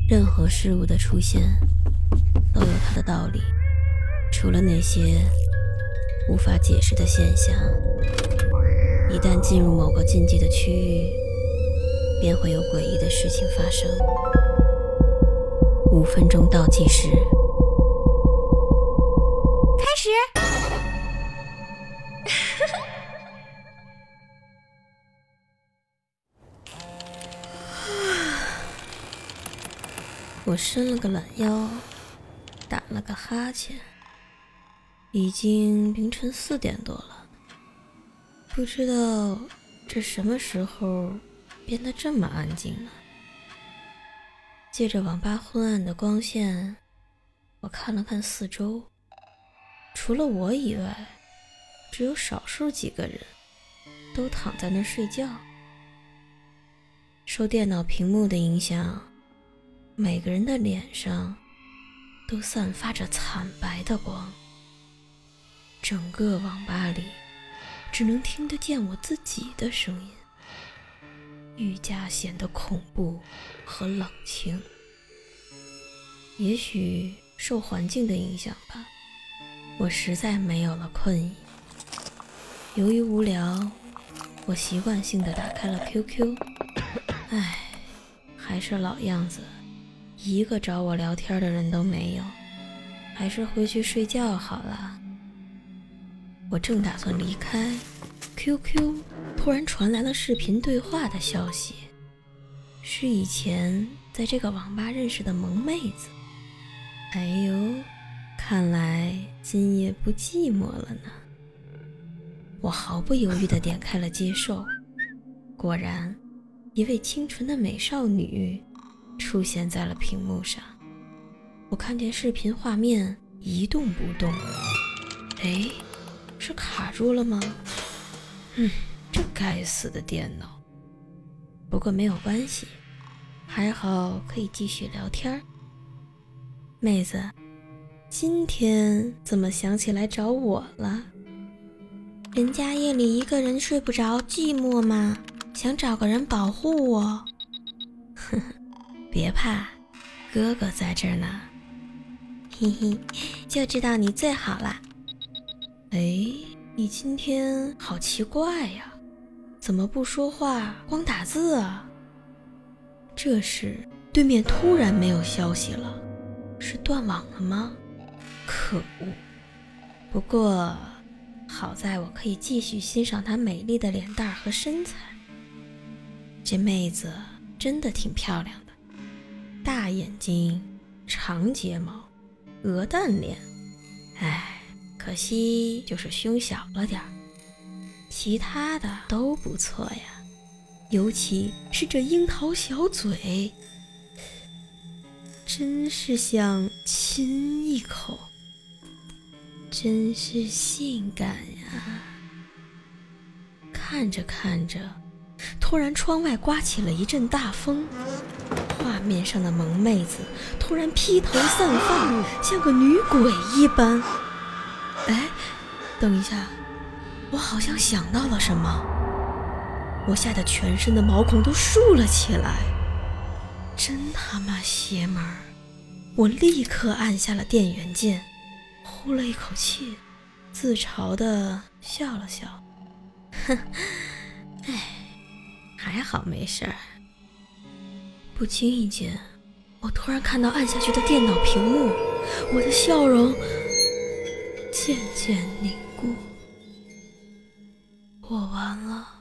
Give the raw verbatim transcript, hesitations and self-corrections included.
任何事物的出现都有它的道理，除了那些无法解释的现象，一旦进入某个禁忌的区域，便会有诡异的事情发生。五分钟倒计时，开始。我伸了个懒腰，打了个哈欠，已经凌晨四点多了。不知道这什么时候变得这么安静了。借着网吧昏暗的光线，我看了看四周，除了我以外，只有少数几个人都躺在那儿睡觉。受电脑屏幕的影响，每个人的脸上都散发着惨白的光，整个网吧里只能听得见我自己的声音，愈加显得恐怖和冷清。也许受环境的影响吧，我实在没有了困意。由于无聊，我习惯性地打开了 Q Q。 唉，还是老样子，一个找我聊天的人都没有，还是回去睡觉好了。我正打算离开， Q Q 突然传来了视频对话的消息，是以前在这个网吧认识的萌妹子。哎呦，看来今夜不寂寞了呢。我毫不犹豫地点开了接受，果然一位清纯的美少女出现在了屏幕上。我看见视频画面一动不动。哎，是卡住了吗？嗯，这该死的电脑。不过没有关系，还好可以继续聊天。妹子，今天怎么想起来找我了？人家夜里一个人睡不着，寂寞嘛，想找个人保护我。呵呵，别怕，哥哥在这儿呢。嘿嘿，就知道你最好啦。哎，你今天好奇怪呀，怎么不说话，光打字啊？这时对面突然没有消息了，是断网了吗？可恶！不过好在我可以继续欣赏她美丽的脸蛋和身材。这妹子真的挺漂亮的，大眼睛，长睫毛，鹅蛋脸。哎，可惜就是胸小了点儿，其他的都不错呀，尤其是这樱桃小嘴，真是想亲一口，真是性感呀。看着看着，突然窗外刮起了一阵大风，画面上的萌妹子突然披头散发，像个女鬼一般。哎，等一下，我好像想到了什么。我吓得全身的毛孔都竖了起来，真他妈邪门儿！我立刻按下了电源键，呼了一口气，自嘲地笑了笑。哼，哎，还好没事儿。不经意间，我突然看到按下去的电脑屏幕，我的笑容渐渐凝固。我完了。